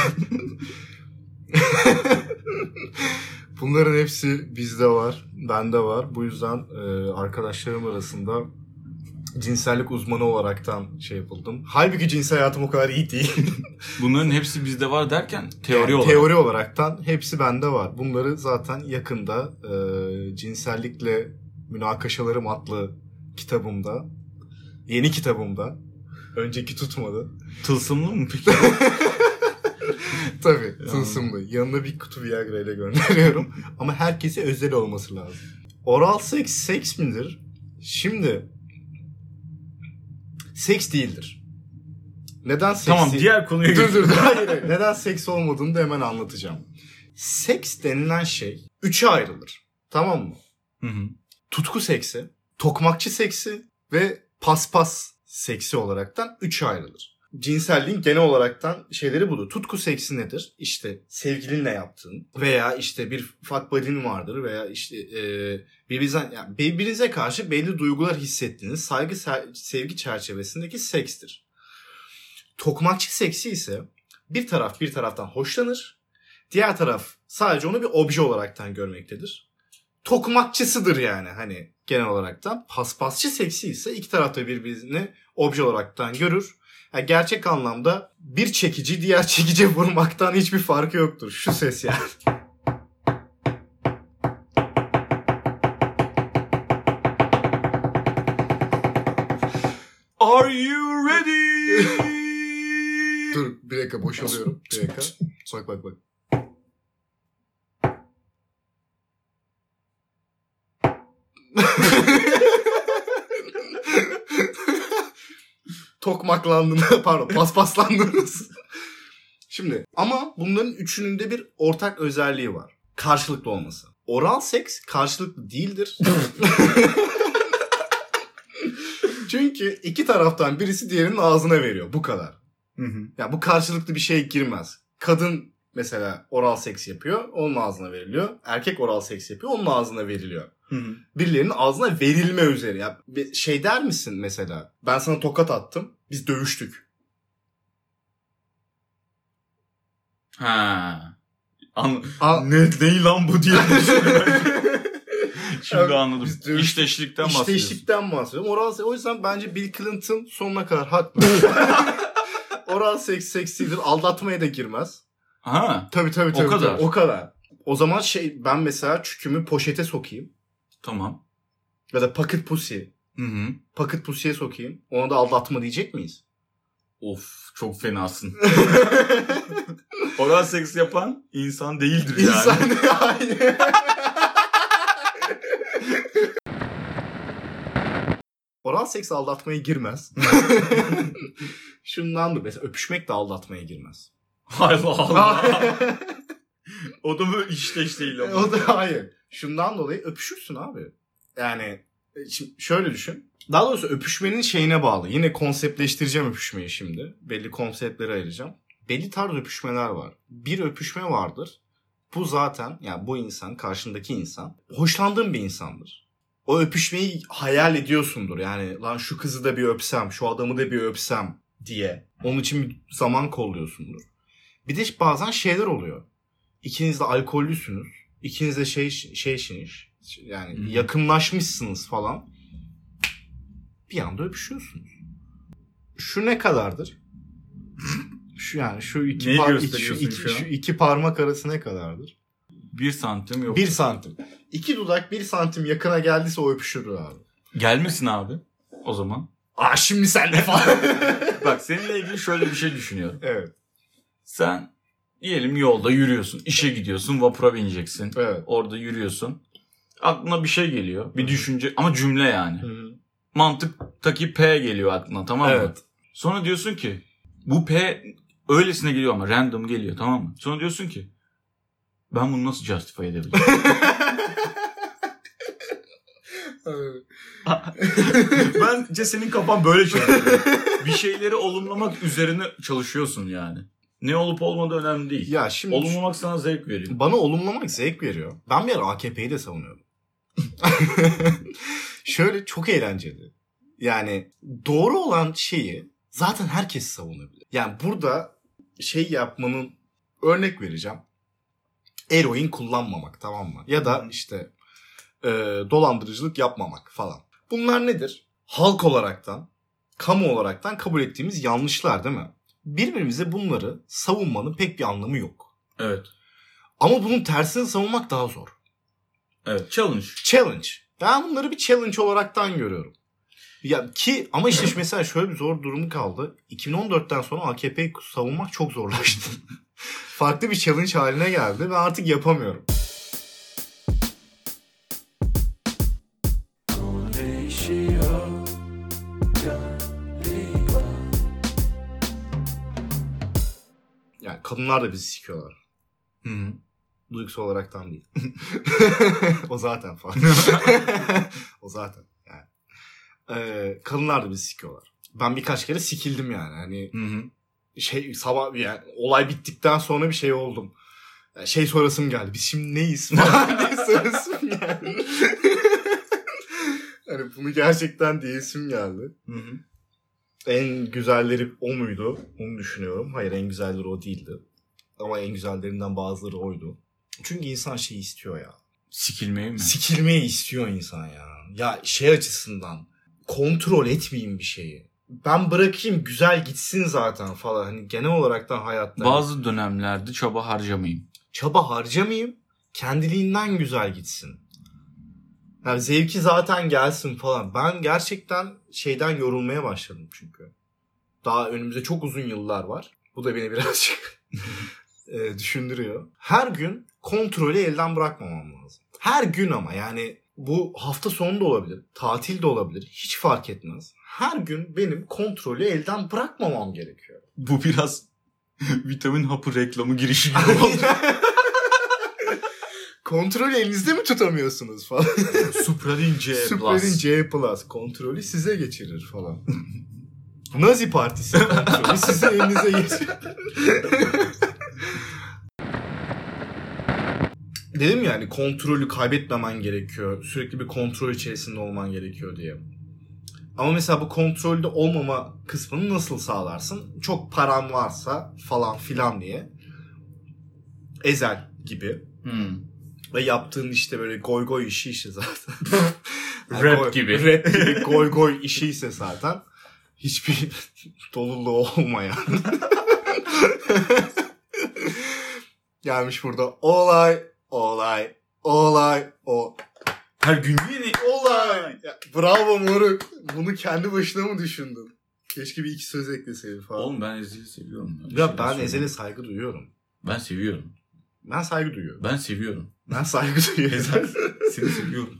bunların hepsi bizde var, bende var. Bu yüzden e, arkadaşlarım arasında cinsellik uzmanı olaraktan şey yapıldım. Halbuki cinsel hayatım o kadar iyi değil. Bunların hepsi bizde var derken teori yani, olarak. Teori olaraktan hepsi bende var. Bunları zaten yakında e, cinsellikle münakaşalarım adlı kitabımda, yeni kitabımda, önceki tutmadı. Tılsımlı mı peki? Tabii yani. Tılsımlı. Yanına bir kutu Viagra ile gönderiyorum. Ama herkese özel olması lazım. Oral seks seks midir? Şimdi seks değildir. Neden seks? Tamam, diğer konuya dur dur. Hayır, hayır. Neden seks olmadığını da hemen anlatacağım. Seks denilen şey üçe ayrılır. Tamam mı? Hı hı. Tutku seksi, tokmakçı seksi ve paspas seksi olaraktan üçe ayrılır. Cinselliğin genel olaraktan şeyleri budur. Tutku seksi nedir? İşte sevgilinle yaptığın veya işte bir fuck buddy'nin vardır veya işte e, birbirinize, yani birbirinize karşı belli duygular hissettiğiniz saygı sevgi çerçevesindeki sekstir. Tokmakçı seksi ise bir taraf bir taraftan hoşlanır, diğer taraf sadece onu bir obje olaraktan görmektedir. Tokmakçısıdır yani hani genel olaraktan. Paspasçı seksi ise iki taraf da birbirini obje olaraktan görür. Yani gerçek anlamda bir çekici diğer çekice vurmaktan hiçbir farkı yoktur. Şu ses yani. Are you ready? Dur bir dakika boşalıyorum. Bir dakika. Bak bak bak. Tokmaklandınız, pardon paspaslandınız. Şimdi ama bunların üçünün de bir ortak özelliği var. Karşılıklı olması. Oral seks karşılıklı değildir. Çünkü iki taraftan birisi diğerinin ağzına veriyor. Bu kadar. Hı hı. Yani bu karşılıklı bir şeye girmez. Kadın mesela oral seks yapıyor, onun ağzına veriliyor. Erkek oral seks yapıyor, onun ağzına veriliyor. Hı hı. Birilerinin ağzına verilme üzere. Ya şey der misin mesela? Ben sana tokat attım. Biz dövüştük. Ha. An- An- ne ne lan bu diye. Şimdi yani, anladım. İşteşlikten bahsediyorsun. İşteşlikten bahsediyorum. Oral seks, o yüzden bence Bill Clinton sonuna kadar haklı. Oral seks seksidir. Aldatmaya da girmez. Ha. Tabii tabii tabii. O kadar. Tabii, o kadar. O zaman şey ben mesela çükümü poşete sokayım. Tamam. Ya da pocket pussy. Hı hı. Pocket pussy'ye sokayım. Ona da aldatma diyecek miyiz? Of çok fenasın. Oral seks yapan insan değildir yani. İnsan yani. Oral seks aldatmaya girmez. Şundandır mesela öpüşmek de aldatmaya girmez. Allah Allah. O da böyle işteş değil ama. O da hayır. Şundan dolayı öpüşürsün abi. Yani şimdi şöyle düşün. Daha doğrusu öpüşmenin şeyine bağlı. Yine konseptleştireceğim öpüşmeyi şimdi. Belli konseptleri ayıracağım. Belli tarz öpüşmeler var. Bir öpüşme vardır. Bu zaten yani bu insan, karşındaki insan hoşlandığın bir insandır. O öpüşmeyi hayal ediyorsundur. Yani lan şu kızı da bir öpsem, şu adamı da bir öpsem diye. Onun için bir zaman kolluyorsundur. Bir de bazen şeyler oluyor. İkiniz de alkollüsünüz. İkiniz de şey şeysiniz. Yani hmm. yakınlaşmışsınız falan. Bir anda öpüşüyorsunuz. Şu ne kadardır? Şu yani şu iki, par- iki, şu, iki, şu, şu iki parmak arası ne kadardır? Bir santim yok. Bir santim. İki dudak bir santim yakına geldiyse o öpüşür abi. Gelmesin abi o zaman. Aa şimdi sen ne falan. Bak seninle ilgili şöyle bir şey düşünüyorum. Evet. Sen diyelim yolda yürüyorsun. İşe gidiyorsun. Vapura bineceksin. Evet. Orada yürüyorsun. Aklına bir şey geliyor. Bir Hı-hı. düşünce ama cümle yani. Hı-hı. Mantıktaki P geliyor aklına, tamam mı? Evet. Sonra diyorsun ki bu P öylesine geliyor ama random geliyor, tamam mı? Sonra diyorsun ki ben bunu nasıl justify edebilirim? Bence senin kafan böyle çalışıyor. Bir şeyleri olumlamak üzerine çalışıyorsun yani. Ne olup olmadığı önemli değil. Ya şimdi olumlamak sana zevk veriyor. Bana olumlamak zevk veriyor. Ben bir ara A K P'yi de savunuyordum. Şöyle çok eğlenceli. Yani doğru olan şeyi zaten herkes savunabilir. Yani burada şey yapmanın örnek vereceğim. Eroin kullanmamak, tamam mı? Ya da işte e, dolandırıcılık yapmamak falan. Bunlar nedir? Halk olaraktan, kamu olaraktan kabul ettiğimiz yanlışlar değil mi? Birbirimize bunları savunmanın pek bir anlamı yok. Evet. Ama bunun tersini savunmak daha zor. Evet. Challenge. Challenge. Ben bunları bir challenge olaraktan görüyorum. Ya ki ama işte mesela şöyle bir zor durumu kaldı. iki bin on dörtten sonra A K P'yi savunmak çok zorlaştı. Farklı bir challenge haline geldi ve artık yapamıyorum. Yani kadınlar da bizi sikiyorlar. Hı hı. Duygusal olaraktan değil. O zaten falan. O zaten yani. Ee, kadınlar da bizi sikiyorlar. Ben birkaç kere sikildim yani. Hani hı hı. şey sabah yani olay bittikten sonra bir şey oldum. Yani şey sorasım geldi. Biz şimdi neyiz falan diye sorasım geldi. Hani bunu gerçekten diyesim geldi. Hı hı. En güzelleri o muydu? Onu düşünüyorum. Hayır, en güzelleri o değildi. Ama en güzellerinden bazıları oydu. Çünkü insan şey istiyor ya. Sikilmeyi mi? Sikilmeyi istiyor insan ya. Ya şey açısından kontrol etmeyeyim bir şeyi. Ben bırakayım güzel gitsin zaten falan. Hani genel olaraktan hayatta. Bazı dönemlerde çaba harcamayayım. Çaba harcamayayım. Kendiliğinden güzel gitsin. Yani zevki zaten gelsin falan. Ben gerçekten şeyden yorulmaya başladım çünkü. Daha önümüzde çok uzun yıllar var. Bu da beni birazcık e, düşündürüyor. Her gün kontrolü elden bırakmamam lazım. Her gün ama yani bu hafta sonu da olabilir, tatil de olabilir. Hiç fark etmez. Her gün benim kontrolü elden bırakmamam gerekiyor. Bu biraz vitamin hapı reklamı girişi gibi oldu. Kontrolü elinizde mi tutamıyorsunuz falan? Supradin C Plus. Supradin C Plus. Kontrolü size geçirir falan. Nazi Partisi kontrolü size elinize geçirir. Dedim yani kontrolü kaybetmemen gerekiyor. Sürekli bir kontrol içerisinde olman gerekiyor diye. Ama mesela bu kontrolde olmama kısmını nasıl sağlarsın? Çok paran varsa falan filan diye. Ezel gibi. Hmm. Ve yaptığın işte böyle goy goy işi işte zaten. Yani rap goy, gibi. Rap gibi goy goy işi ise zaten. Hiçbir doluluğu olmayan. Gelmiş burada olay, olay, olay, o. Her gün yeni olay. Ya, bravo moruk. Bunu kendi başına mı düşündün? Keşke bir iki söz ekleseydin falan. Oğlum ben Ezel'i seviyorum. Ya, ya ben Ezel'e saygı duyuyorum. Ben seviyorum. Ben saygı duyuyorum. Ben seviyorum. Ben saygı duyuyorum. Ezel, seni seviyorum.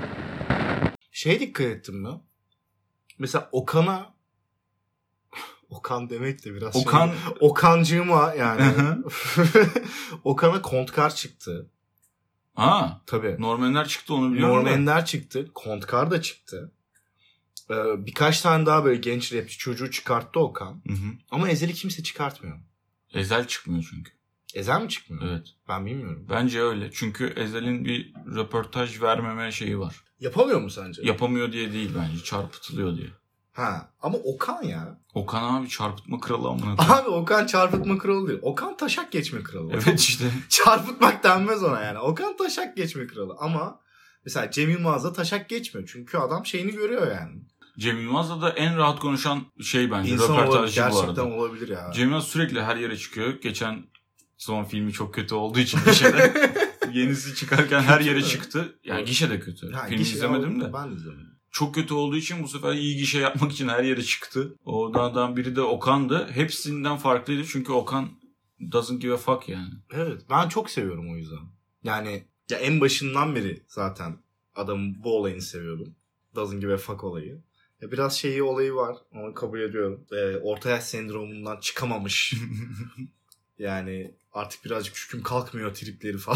Şey dikkat ettim mi? Mesela Okan'a Okan demek de biraz Okan... şey. Okancığıma yani. Okan'a Kontkar çıktı. Ha. Tabii. Norm Ender çıktı, onu biliyorum. Norm Ender çıktı. Kontkar da çıktı. Ee, birkaç tane daha böyle genç rapçi çocuğu çıkarttı Okan. Hı hı. Ama Ezel'i kimse çıkartmıyor. Ezel çıkmıyor çünkü. Ezel mi çıkmıyor? Evet. Ben bilmiyorum. Bence öyle. Çünkü Ezel'in bir röportaj vermeme şeyi var. Yapamıyor mu sence? Yapamıyor diye değil bence. Çarpıtılıyor diye. Ha, ama Okan ya. Okan abi çarpıtma kralı amına. Abi Okan çarpıtma kralı değil. Okan taşak geçme kralı. Evet işte. Çarpıtmak denmez ona yani. Okan taşak geçme kralı. Ama mesela Cem Yılmaz da taşak geçmiyor. Çünkü adam şeyini görüyor yani. Cem Yılmaz'la da en rahat konuşan şey bence. İnsan röportajcı olabilir, bu arada. gerçekten olabilir ya. Cem Yılmaz sürekli her yere çıkıyor. Geçen son filmi çok kötü olduğu için gişede. Yenisi çıkarken her yere çıktı. Yani gişe de kötü. Ha, Filmi gişe, izlemedim de. Ben de izlemedim. Çok kötü olduğu için bu sefer iyi gişe yapmak için her yere çıktı. Onlardan biri de Okan'dı. Hepsinden farklıydı çünkü Okan doesn't give a fuck yani. Evet, ben çok seviyorum o yüzden. Yani ya en başından beri zaten adamın bu olayını seviyordum. Doesn't give a fuck olayı. Ya biraz şeyi olayı var, onu kabul ediyorum. Ee, orta yaş sendromundan çıkamamış. Yani artık birazcık çüküm kalkmıyor tripleri falan.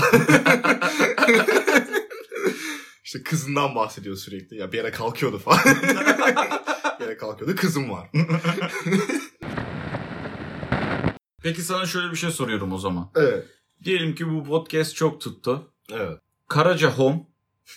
İşte kızından bahsediyor sürekli. Ya bir yere kalkıyordu falan. Bir yere kalkıyordu. Kızım var. Peki sana şöyle bir şey soruyorum o zaman. Evet. Diyelim ki bu podcast çok tuttu. Evet. Karaca Home.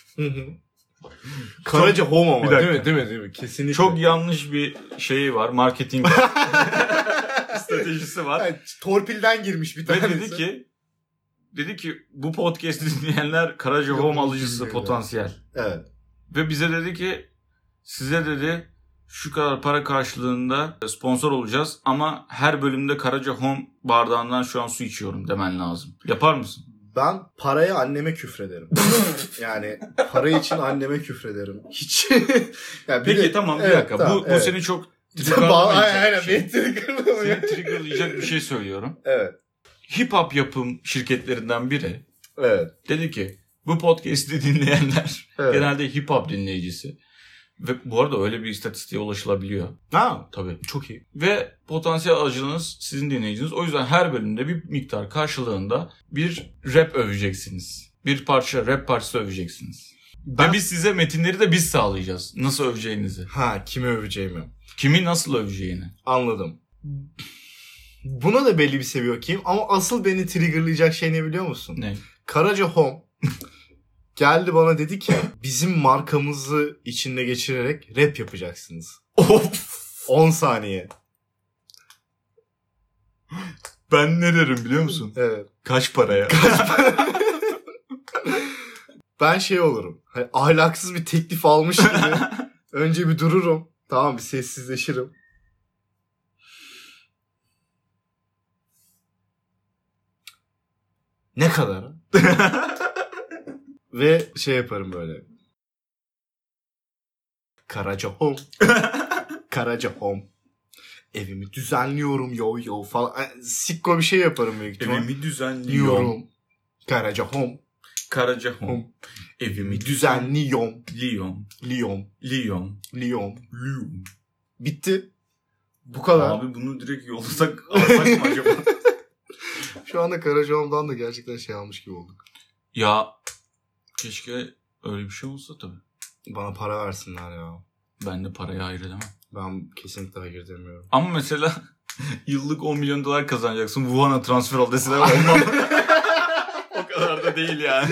Karaca Home ama. Bir dakika. Değil mi? Değil mi? Değil mi? Kesinlikle. Çok yanlış bir şeyi var. Marketing stratejisi var. Yani, torpilden girmiş bir Ve tanesi. dedi ki dedi ki bu podcast'i dinleyenler Karaca Home alıcısı potansiyel. Evet. Ve bize dedi ki size dedi şu kadar para karşılığında sponsor olacağız ama her bölümde Karaca Home bardağından şu an su içiyorum demen lazım. Yapar mısın? Ben paraya anneme küfrederim. Yani para için anneme küfrederim. Hiç. Yani Peki de, tamam bir evet, dakika. tamam, bu, evet. bu seni çok Aynen aynen. şey. Beni triggerlamıyor. Seni triggerlayacak bir şey söylüyorum. Evet. Hip hop yapım şirketlerinden biri Evet. dedi ki bu podcast'i dinleyenler Evet. genelde hip hop dinleyicisi. Ve bu arada öyle bir istatistiğe ulaşılabiliyor. Ha, tabii. Çok iyi. Ve potansiyel alıcınız sizin dinleyiciniz. O yüzden her bölümde bir miktar karşılığında bir rap öveceksiniz. Bir parça, rap parçası öveceksiniz. Ben... Ve biz size metinleri de biz sağlayacağız. Nasıl öveceğinizi. Ha, kimi öveceğimi. Kimi nasıl öveceğini. Anladım. Buna da belli bir seviye okuyayım. Ama asıl beni triggerlayacak şey ne biliyor musun? Ne? Karaca Home geldi bana dedi ki bizim markamızı içinde geçirerek rap yapacaksınız. on saniye. Ben ne derim biliyor musun? Evet. Kaç paraya? Ben şey olurum. Hani ahlaksız bir teklif almış gibi önce bir dururum. Tamam, bir sessizleşirim. Ne kadar? Ve şey yaparım böyle. Karaca Home. Karaca Home. Evimi düzenliyorum yo yo falan. Sikko bir şey yaparım büyük ihtimal. Evimi düzenliyorum. Karaca Home. Karaca Home. Home. Evimi Düzenliyorum. Lyon. Lyon. Lyon. Lyon. Lyon. Bitti. Bu kadar. Abi bunu direkt yollasak alsak mı acaba? Şu anda Karaca Home'dan da gerçekten şey almış gibi olduk. Ya keşke öyle bir şey olsa tabii. Bana para versinler ya. Ben de paraya hayır edemem. Ben kesinlikle hayır demiyorum. Ama mesela yıllık on milyon dolar kazanacaksın. Wuhan'a transfer ol deseler olmam. O kadar da değil yani.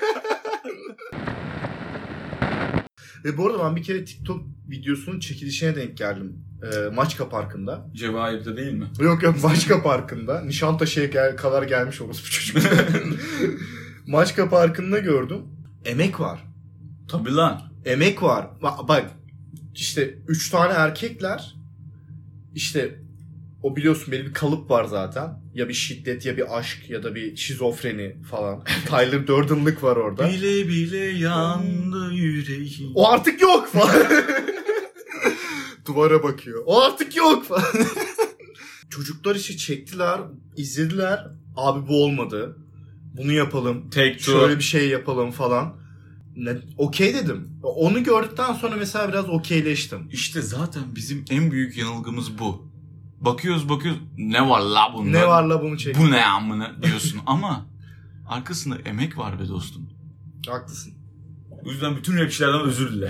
Ve bu arada ben bir kere TikTok videosunun çekilişine denk geldim. Ee, Maçka Parkı'nda. Cevahir'de değil mi? Yok yok, Maçka Parkı'nda. Nişantaşı'ya gel- kadar gelmiş orası bu çocuk. Maçka Parkı'nda gördüm. Emek var. Tabii lan. Emek var. Bak, bak işte üç tane erkekler, işte o biliyorsun belli bir kalıp var zaten. Ya bir şiddet ya bir aşk ya da bir şizofreni falan. Tyler Durden'lık var orada. Bile bile yandı yüreğim. O artık yok falan. Duvara bakıyor. O artık yok falan. Çocuklar işi çektiler, izlediler. Abi bu olmadı. Bunu yapalım. Take two. Şöyle bir şey yapalım falan. Ne, okey dedim. Onu gördükten sonra mesela biraz okeyleştim. İşte zaten bizim en büyük yanılgımız bu. Bakıyoruz bakıyoruz. Ne var la bunda? Ne var la bunu çek. Bu ne amına diyorsun ama arkasında emek var be dostum. Haklısın. O yüzden bütün rapçilerden özür dile.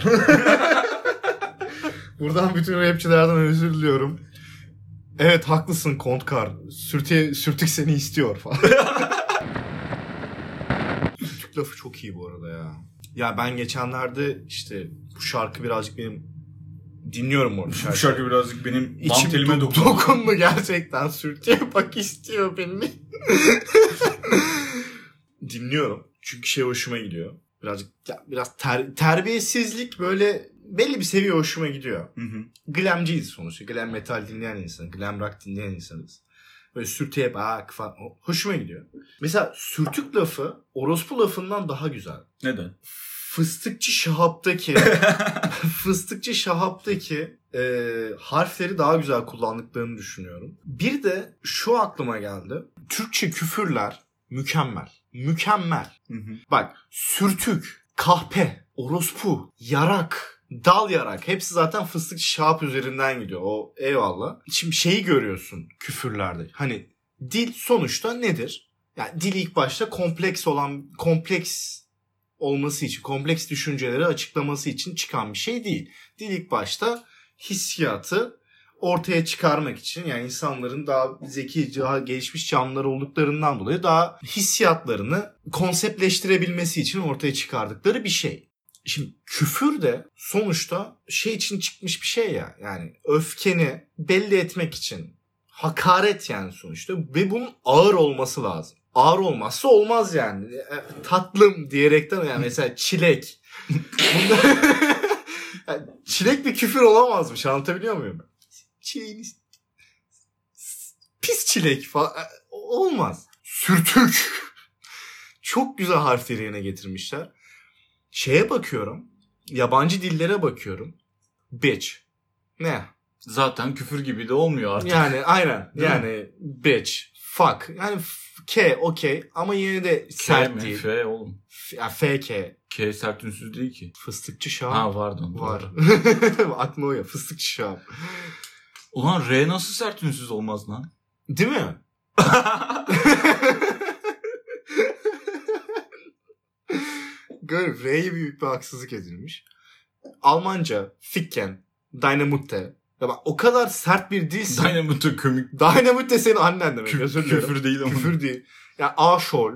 Buradan bütün rapçilerden özür diliyorum. Evet haklısın Kontkar. Sürtü, sürtük seni istiyor falan. Sürtük lafı çok iyi bu arada ya. Ya ben geçenlerde işte bu şarkı birazcık benim dinliyorum onu. Bu şarkı birazcık benim bam İçim telime do- dokundu. dokundu gerçekten. Sürtüye bak istiyor beni. Dinliyorum. Çünkü şey hoşuma gidiyor. Birazcık ya biraz ter, terbiyesizlik böyle belli bir seviye hoşuma gidiyor. Hı hı. Glamciyiz sonuçta. Glam metal dinleyen insan, glam rock dinleyen insanız. Böyle sürtüye bak falan. Hoşuma gidiyor. Mesela sürtük lafı orospu lafından daha güzel. Neden? Fıstıkçı Şahap'taki Fıstıkçı Şahap'taki e, harfleri daha güzel kullandıklarını düşünüyorum. Bir de şu aklıma geldi. Türkçe küfürler mükemmel. Mükemmel. Hı hı. Bak sürtük, kahpe, orospu, yarak, dal yarak hepsi zaten Fıstıkçı Şahap üzerinden gidiyor. O eyvallah. Şimdi şeyi görüyorsun küfürlerde. Hani dil sonuçta nedir? Yani dil ilk başta kompleks olan kompleks olması için, kompleks düşünceleri açıklaması için çıkan bir şey değil. Dil ilk başta hissiyatı ortaya çıkarmak için, yani insanların daha zeki, daha gelişmiş canlılar olduklarından dolayı daha hissiyatlarını konseptleştirebilmesi için ortaya çıkardıkları bir şey. Şimdi küfür de sonuçta şey için çıkmış bir şey ya. Yani öfkeni belli etmek için. Hakaret yani sonuçta. Ve bunun ağır olması lazım. Ağır olmazsa olmaz yani. Tatlım diyerekten yani mesela çilek. Bunda... yani çilek bir küfür olamazmış. Anlatabiliyor muyum? Çileğiniz pis çilek falan. Olmaz. Sürtük. Çok güzel harfleri yerine getirmişler. Şeye bakıyorum. Yabancı dillere bakıyorum. Bitch. Ne? Zaten küfür gibi de olmuyor artık. Yani aynen. Değil yani mi? bitch. Fuck. Yani K okey ama yine de sert K mi? değil. F oğlum. F, ya, F K. K sert ünsüz değil ki. Fıstıkçı Şahap. Ha pardon. Var. Aklıma o ya. Fıstıkçı Şahap. Ulan R nasıl sert ünsüz olmaz lan? Değil mi? Böyle R'ye büyük bir haksızlık edilmiş. Almanca Ficken, Dynamute. Ya bak o kadar sert bir dilsin. Dynamite komik. Dynamute senin annen demek. Kü- Özür dilerim. küfür değil ama. Küfür değil. Ya aşol.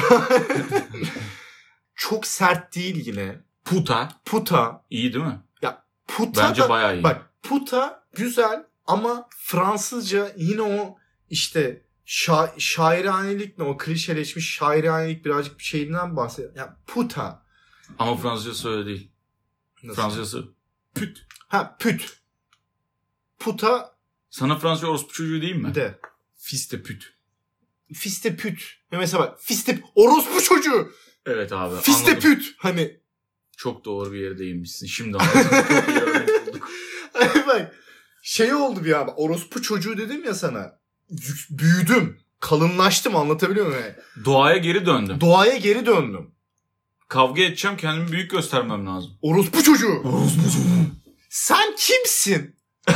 Çok sert değil yine. Puta. Puta. İyi değil mi? Ya puta Bence da, bayağı iyi. bak puta güzel ama Fransızca yine o işte şa- şairhanelik mi, o klişeleşmiş şairhanelik birazcık bir şeyinden bahsediyor. Ya puta. Ama Fransızcası öyle değil. Nasıl? Fransızcası püt. Ha püt. Puta Sana Fransızca orospu çocuğu değil mi? de. Fils de püt. Fiste püt. Ya mesela bak fiste orospu çocuğu. Evet abi. Fiste anladım. püt. Hani. Çok doğru bir yere değinmişsin. Şimdi anladım. Çok iyi örnek bulduk. Bak şey oldu bir abi. Orospu çocuğu dedim ya sana. Büyüdüm. Kalınlaştım, anlatabiliyor muyum? Yani Doğaya geri döndüm. doğaya geri döndüm. Kavga edeceğim, kendimi büyük göstermem lazım. Orospu çocuğu. Orospu çocuğu. Sen kimsin?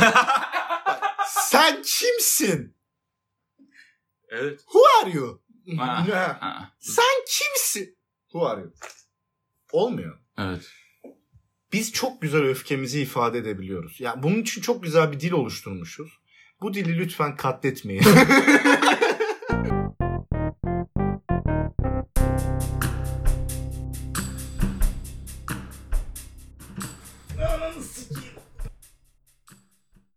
Sen kimsin? Evet. Who are you? Ha, Ne? ha. Sen kimsin? Who are you? Olmuyor. Evet. Biz çok güzel öfkemizi ifade edebiliyoruz. Yani bunun için çok güzel bir dil oluşturmuşuz. Bu dili lütfen katletmeyin. Ananı sikeyim.